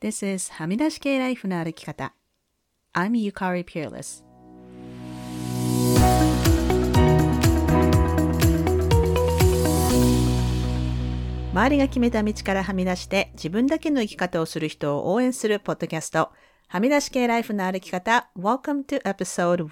This is はみ出し系ライフの歩き方。I'm Yukari Peerless。周りが決めた道からはみ出して自分だけの生き方をする人を応援するポッドキャスト、はみ出し系ライフの歩き方。Welcome to episode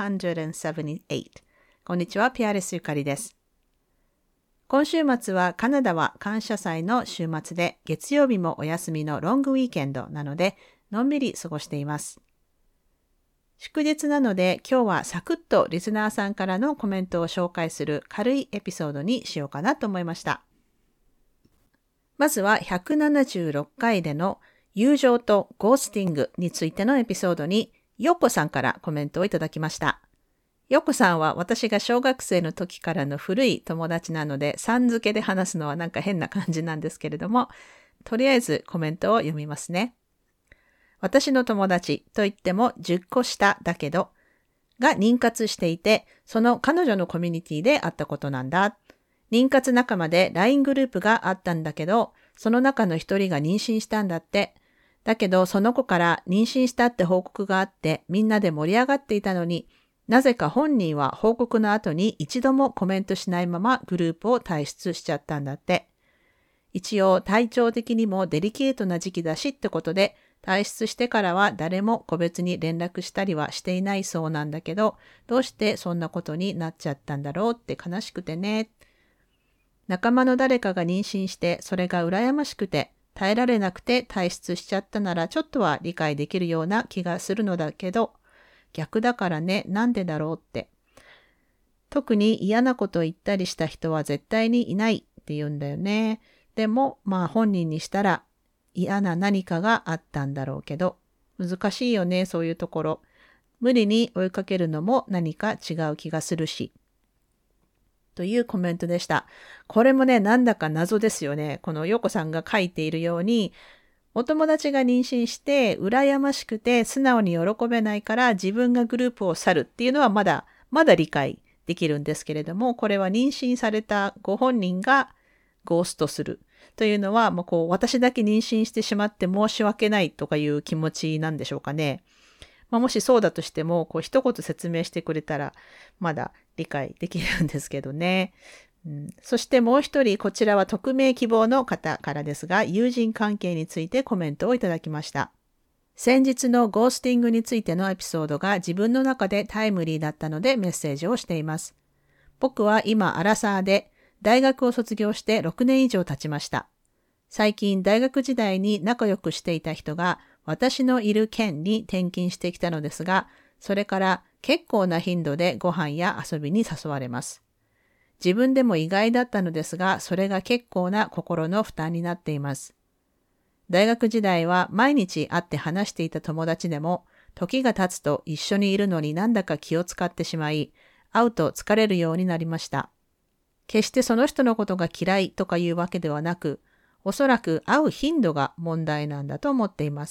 178。こんにちは、ピアレスゆかりです。今週末はカナダは感謝祭の週末で月曜日もお休みのロングウィーケンドなのでのんびり過ごしています。祝日なので今日はサクッとリスナーさんからのコメントを紹介する軽いエピソードにしようかなと思いました。まずは176回での友情とゴースティングについてのエピソードにヨッコさんからコメントをいただきました。ヨッコさんは私が小学生の時からの古い友達なので、さん付けで話すのはなんか変な感じなんですけれども、とりあえずコメントを読みますね。私の友達といっても10個下だけど、が妊活していて、その彼女のコミュニティで会ったことなんだ。妊活仲間で LINE グループがあったんだけど、その中の一人が妊娠したんだって。だけどその子から妊娠したって報告があって、みんなで盛り上がっていたのに、なぜか本人は報告の後に一度もコメントしないままグループを退出しちゃったんだって。一応体調的にもデリケートな時期だしってことで、退出してからは誰も個別に連絡したりはしていないそうなんだけど、どうしてそんなことになっちゃったんだろうって悲しくてね。仲間の誰かが妊娠してそれが羨ましくて耐えられなくて退出しちゃったならちょっとは理解できるような気がするのだけど、逆だからね、なんでだろうって。特に嫌なこと言ったりした人は絶対にいないって言うんだよね。でも本人にしたら嫌な何かがあったんだろうけど、難しいよね、そういうところ。無理に追いかけるのも何か違う気がするし。というコメントでした。これもね、なんだか謎ですよね。このヨコさんが書いているように、お友達が妊娠して羨ましくて素直に喜べないから自分がグループを去るっていうのはまだ理解できるんですけれども、これは妊娠されたご本人がゴーストするというのは私だけ妊娠してしまって申し訳ないとかいう気持ちなんでしょうかね。もしそうだとしても一言説明してくれたらまだ理解できるんですけどね。そしてもう一人、こちらは匿名希望の方からですが、友人関係についてコメントをいただきました。先日のゴースティングについてのエピソードが自分の中でタイムリーだったのでメッセージをしています。僕は今アラサーで大学を卒業して6年以上経ちました。最近大学時代に仲良くしていた人が私のいる県に転勤してきたのですが、それから結構な頻度でご飯や遊びに誘われます。自分でも意外だったのですが、それが結構な心の負担になっています。大学時代は毎日会って話していた友達でも、時が経つと一緒にいるのになんだか気を使ってしまい、会うと疲れるようになりました。決してその人のことが嫌いとかいうわけではなく、おそらく会う頻度が問題なんだと思っています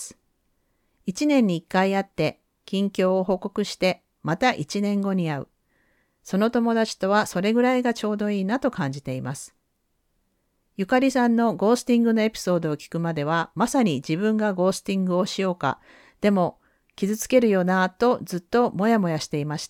。1年に1回会って、近況を報告して、また1年後に会う。その友達とはそれぐらいがちょうどいいなと感じています。ゆかりさんのゴースティングのエピソードを聞くまでは、まさに自分がゴースティングをしようか、でも傷つけるよなぁとずっともやもやしていました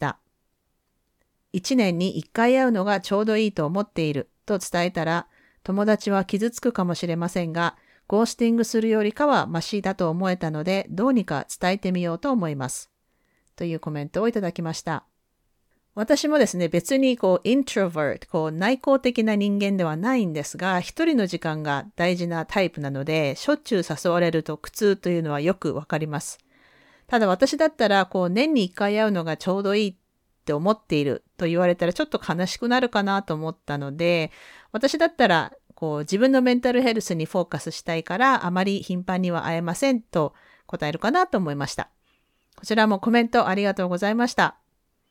。1年に1回会うのがちょうどいいと思っていると伝えたら、友達は傷つくかもしれませんが、ゴースティングするよりかはマシだと思えたので、どうにか伝えてみようと思います。というコメントをいただきました。私もですね、別にintrovert、内向的な人間ではないんですが、一人の時間が大事なタイプなので、しょっちゅう誘われると苦痛というのはよくわかります。ただ私だったら、年に1回会うのがちょうどいいって思っていると言われたらちょっと悲しくなるかなと思ったので、私だったら、自分のメンタルヘルスにフォーカスしたいから、あまり頻繁には会えませんと答えるかなと思いました。こちらもコメントありがとうございました。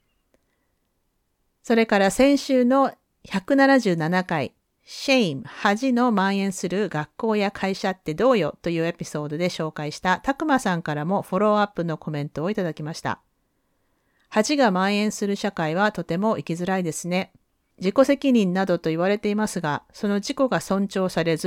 それから先週の177回、Shame、恥の蔓延する学校や会社ってどうよというエピソードで紹介したたくまさんからもフォローアップのコメントをいただきました。恥が蔓延する社会はとても生きづらいですね。自己責任などと言われていますが、その自己が尊重されず、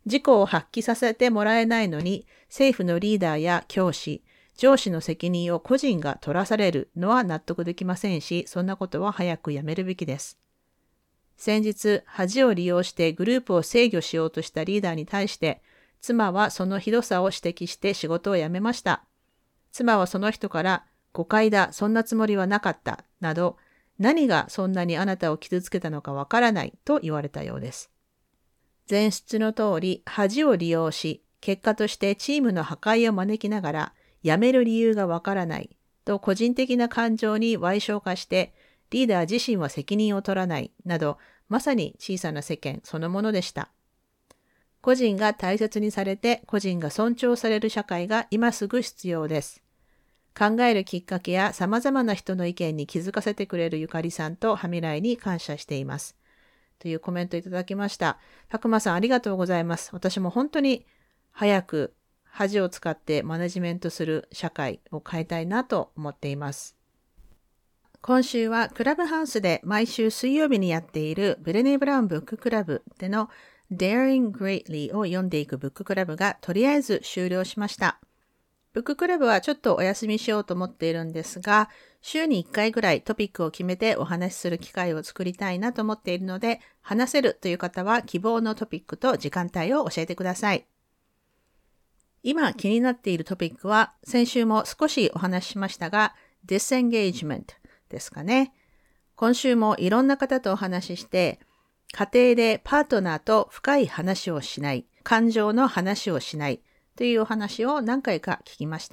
自己を発揮させてもらえないのに、政府のリーダーや教師、上司の責任を個人が取らされるのは納得できませんし、そんなことは早くやめるべきです。先日、恥を利用してグループを制御しようとしたリーダーに対して、妻はそのひどさを指摘して仕事を辞めました。妻はその人から、誤解だ、そんなつもりはなかった、など、何がそんなにあなたを傷つけたのかわからないと言われたようです。前述の通り、恥を利用し、結果としてチームの破壊を招きながら、辞める理由がわからないと個人的な感情に歪償化して、リーダー自身は責任を取らないなど、まさに小さな世間そのものでした。個人が大切にされて、個人が尊重される社会が今すぐ必要です。考えるきっかけや様々な人の意見に気づかせてくれるゆかりさんとハミライに感謝しています。というコメントいただきました。たくまさんありがとうございます。私も本当に早く恥を使ってマネジメントする社会を変えたいなと思っています。今週はクラブハウスで毎週水曜日にやっているブレネ・ブラウンブッククラブでの Daring Greatly を読んでいくブッククラブがとりあえず終了しました。ブッククラブはちょっとお休みしようと思っているんですが、週に1回ぐらいトピックを決めてお話しする機会を作りたいなと思っているので、話せるという方は希望のトピックと時間帯を教えてください。今気になっているトピックは先週も少しお話ししましたが、disengagement ですかね。今週もいろんな方とお話しして、家庭でパートナーと深い話をしない、感情の話をしないというお話を何回か聞きました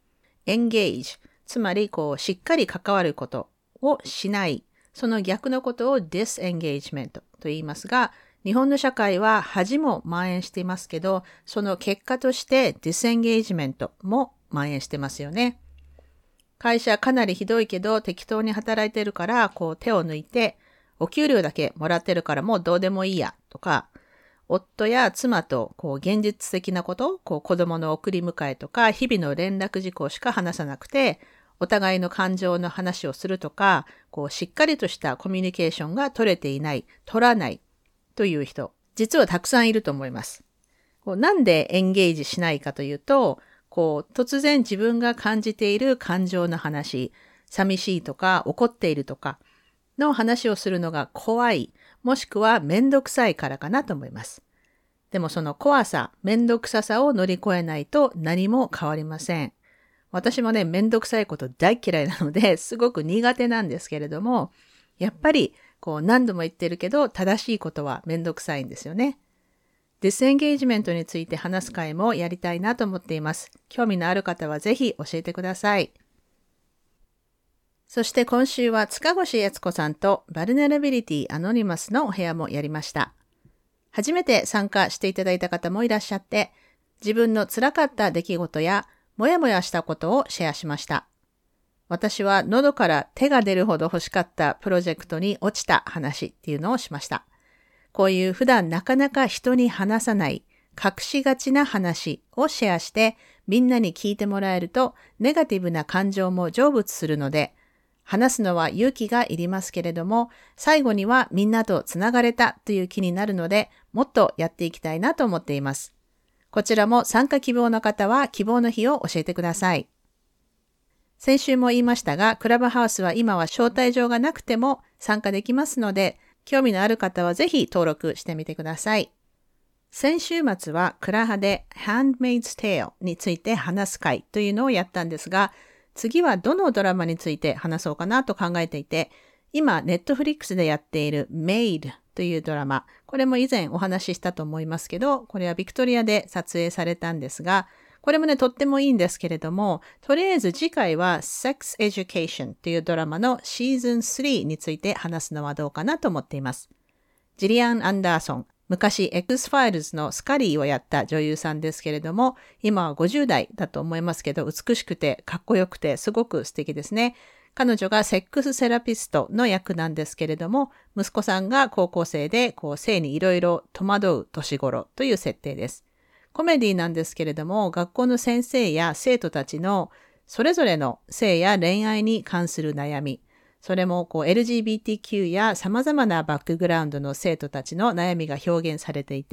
。engage、つまりしっかり関わることをしない、その逆のことを disengagement と言いますが、日本の社会は恥も蔓延していますけど、その結果として disengagement も蔓延してますよね。会社かなりひどいけど適当に働いてるから手を抜いて、お給料だけもらってるからもうどうでもいいやとか、夫や妻と現実的なこと、子供の送り迎えとか日々の連絡事項しか話さなくて、お互いの感情の話をするとか、しっかりとしたコミュニケーションが取れていない、取らないという人、実はたくさんいると思います。なんでエンゲージしないかというと、突然自分が感じている感情の話、寂しいとか怒っているとかの話をするのが怖い、もしくはめんどくさいからかなと思います。でもその怖さ、めんどくささを乗り越えないと何も変わりません。私もね、めんどくさいこと大嫌いなので、すごく苦手なんですけれども、やっぱり何度も言ってるけど、正しいことはめんどくさいんですよね。ディスエンゲージメントについて話す会もやりたいなと思っています。興味のある方はぜひ教えてください。そして今週は塚越悦子さんとバルネラビリティアノニマスのお部屋もやりました。初めて参加していただいた方もいらっしゃって、自分の辛かった出来事やもやもやしたことをシェアしました。私は喉から手が出るほど欲しかったプロジェクトに落ちた話っていうのをしました。こういう普段なかなか人に話さない、隠しがちな話をシェアしてみんなに聞いてもらえるとネガティブな感情も成仏するので、話すのは勇気がいりますけれども、最後にはみんなとつながれたという気になるので、もっとやっていきたいなと思っています。こちらも参加希望の方は希望の日を教えてください。先週も言いましたが、クラブハウスは今は招待状がなくても参加できますので、興味のある方はぜひ登録してみてください。先週末はクラハで Handmaid's Tale について話す会というのをやったんですが、次はどのドラマについて話そうかなと考えていて、今Netflixでやっている Maid というドラマ、これも以前お話ししたと思いますけど、これはビクトリアで撮影されたんですが、これもね、とってもいいんですけれども、とりあえず次回は Sex Education というドラマのシーズン3について話すのはどうかなと思っています。ジリアン・アンダーソン、昔 X-Files のスカリーをやった女優さんですけれども、今は50代だと思いますけど、美しくてかっこよくてすごく素敵ですね。彼女がセックスセラピストの役なんですけれども、息子さんが高校生で性にいろいろ戸惑う年頃という設定です。コメディなんですけれども、学校の先生や生徒たちのそれぞれの性や恋愛に関する悩み、それもLGBTQ や様々なバックグラウンドの生徒たちの悩みが表現されていて、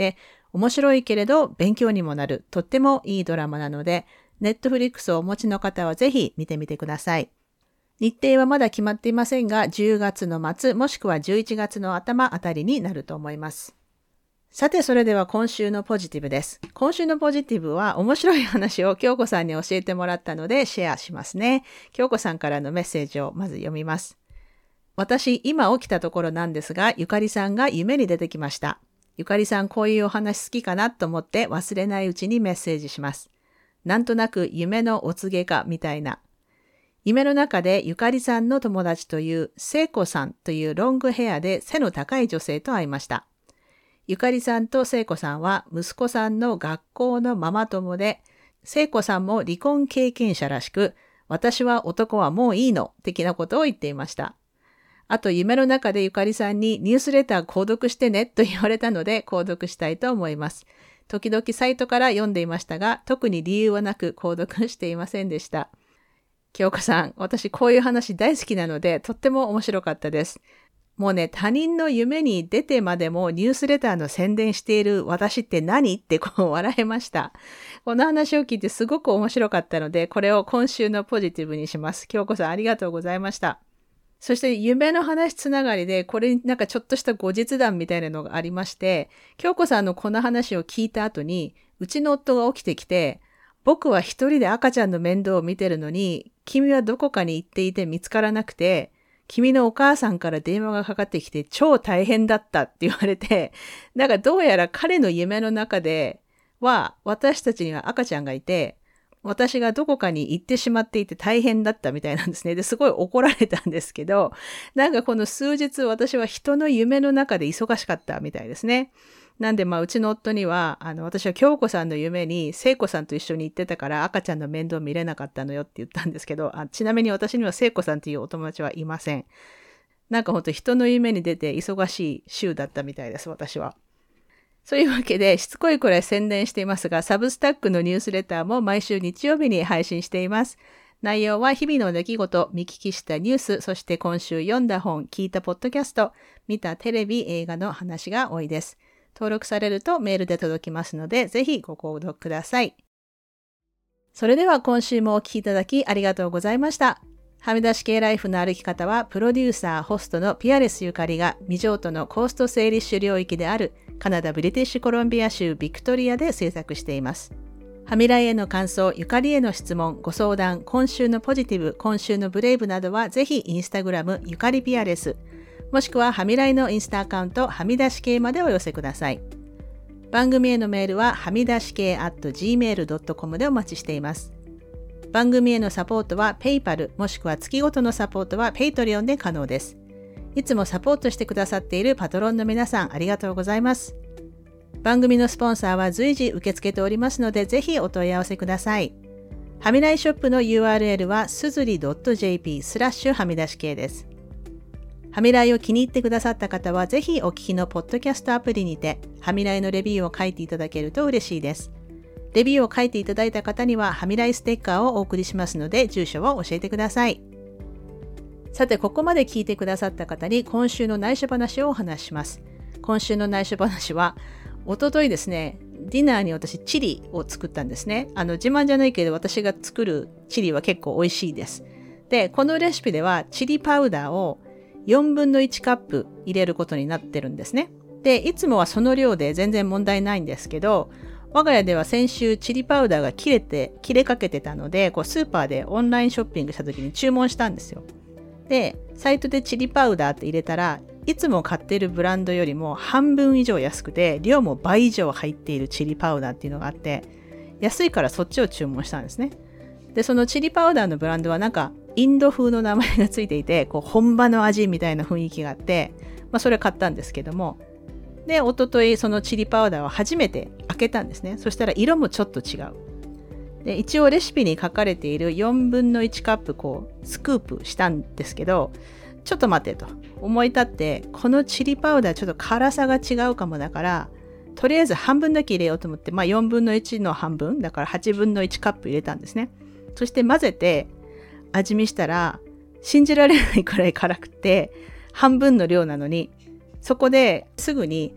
面白いけれど勉強にもなる、とってもいいドラマなので、Netflix をお持ちの方はぜひ見てみてください。日程はまだ決まっていませんが、10月の末もしくは11月の頭あたりになると思います。さて、それでは今週のポジティブです。今週のポジティブは面白い話を京子さんに教えてもらったのでシェアしますね。京子さんからのメッセージをまず読みます。私、今起きたところなんですが、ゆかりさんが夢に出てきました。ゆかりさん、こういうお話好きかなと思って忘れないうちにメッセージします。なんとなく夢のお告げかみたいな。夢の中でゆかりさんの友達という聖子さんというロングヘアで背の高い女性と会いました。ゆかりさんと聖子さんは息子さんの学校のママ友で、聖子さんも離婚経験者らしく、私は男はもういいの的なことを言っていました。あと夢の中でゆかりさんにニュースレター購読してねと言われたので購読したいと思います。時々サイトから読んでいましたが、特に理由はなく購読していませんでした。京子さん、私こういう話大好きなのでとっても面白かったです。もうね、他人の夢に出てまでもニュースレターの宣伝している私って何って笑えました。この話を聞いてすごく面白かったので、これを今週のポジティブにします。京子さんありがとうございました。そして夢の話つながりで、これなんかちょっとした後日談みたいなのがありまして、京子さんのこの話を聞いた後に、うちの夫が起きてきて、僕は一人で赤ちゃんの面倒を見てるのに、君はどこかに行っていて見つからなくて、君のお母さんから電話がかかってきて超大変だったって言われて、なんかどうやら彼の夢の中では私たちには赤ちゃんがいて、私がどこかに行ってしまっていて大変だったみたいなんですね。で、すごい怒られたんですけど、なんかこの数日私は人の夢の中で忙しかったみたいですね。なんでうちの夫には、私は京子さんの夢に聖子さんと一緒に行ってたから赤ちゃんの面倒見れなかったのよって言ったんですけど、ちなみに私には聖子さんというお友達はいません。なんかほんと人の夢に出て忙しい週だったみたいです、私は。そういうわけで、しつこいくらい宣伝していますが、サブスタックのニュースレターも毎週日曜日に配信しています。内容は日々の出来事、見聞きしたニュース、そして今週読んだ本、聞いたポッドキャスト、見たテレビ、映画の話が多いです。登録されるとメールで届きますので、ぜひご購読ください。それでは今週もお聞きいただきありがとうございました。はみ出し系ライフの歩き方は、プロデューサー、ホストのピアレスゆかりが未譲渡のコーストセーリッシュ領域であるカナダ・ブリティッシュコロンビア州ビクトリアで制作しています。はみらいへの感想、ゆかりへの質問、ご相談、今週のポジティブ、今週のブレイブなどはぜひインスタグラムゆかりピアレス、もしくははみらいのインスタアカウントはみ出し系までお寄せください。番組へのメールははみ出し系@gmail.com でお待ちしています。番組へのサポートは PayPal もしくは月ごとのサポートは Patreon で可能です。いつもサポートしてくださっているパトロンの皆さんありがとうございます。番組のスポンサーは随時受け付けておりますのでぜひお問い合わせください。はみらいショップの URL はすずり .jp/ はみ出し系です。はみらいを気に入ってくださった方はぜひお聞きのポッドキャストアプリにてはみらいのレビューを書いていただけると嬉しいです。レビューを書いていただいた方にははみらいステッカーをお送りしますので住所を教えてください。さて、ここまで聞いてくださった方に今週の内緒話をお話しします。今週の内緒話はおとといですね、ディナーに私チリを作ったんですね。自慢じゃないけど私が作るチリは結構美味しいです。で、このレシピではチリパウダーを4分の1カップ入れることになってるんですね。で、いつもはその量で全然問題ないんですけど、我が家では先週チリパウダーが切れかけてたので、スーパーでオンラインショッピングした時に注文したんですよ。で、サイトでチリパウダーって入れたら、いつも買っているブランドよりも半分以上安くて、量も倍以上入っているチリパウダーっていうのがあって、安いからそっちを注文したんですね。で、そのチリパウダーのブランドはなんかインド風の名前がついていて、本場の味みたいな雰囲気があって、それを買ったんですけども、で、一昨日そのチリパウダーを初めて開けたんですね。そしたら色もちょっと違う。で、一応レシピに書かれている4分の1カップスクープしたんですけど、ちょっと待ってと思い立って、このチリパウダーちょっと辛さが違うかもだから、とりあえず半分だけ入れようと思って、4分の1の半分、だから8分の1カップ入れたんですね。そして混ぜて味見したら、信じられないくらい辛くて、半分の量なのに、そこですぐに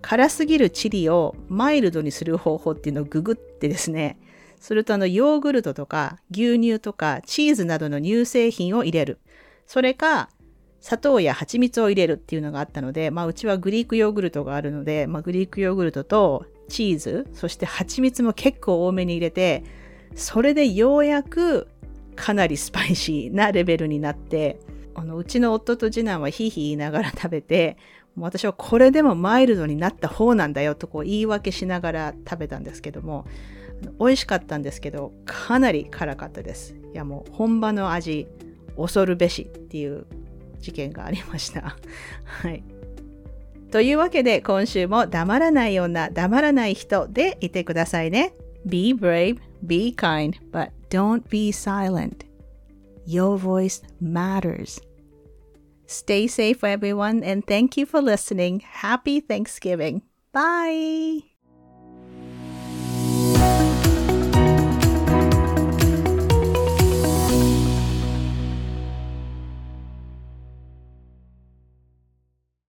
辛すぎるチリをマイルドにする方法っていうのをググってですね、するとヨーグルトとか牛乳とかチーズなどの乳製品を入れる。それか砂糖や蜂蜜を入れるっていうのがあったので、うちはグリークヨーグルトがあるので、グリークヨーグルトとチーズ、そして蜂蜜も結構多めに入れて、それでようやくかなりスパイシーなレベルになって、うちの夫と次男はヒーヒー言いながら食べて、私はこれでもマイルドになった方なんだよと言い訳しながら食べたんですけども、美味しかったんですけど、かなり辛かったです。いやもう本場の味、恐るべしっていう事件がありました。はい。というわけで今週も黙らない女、黙らない人でいてくださいね。Be brave, be kind, but don't be silent. Your voice matters. Stay safe, everyone, and thank you for listening. Happy Thanksgiving. Bye!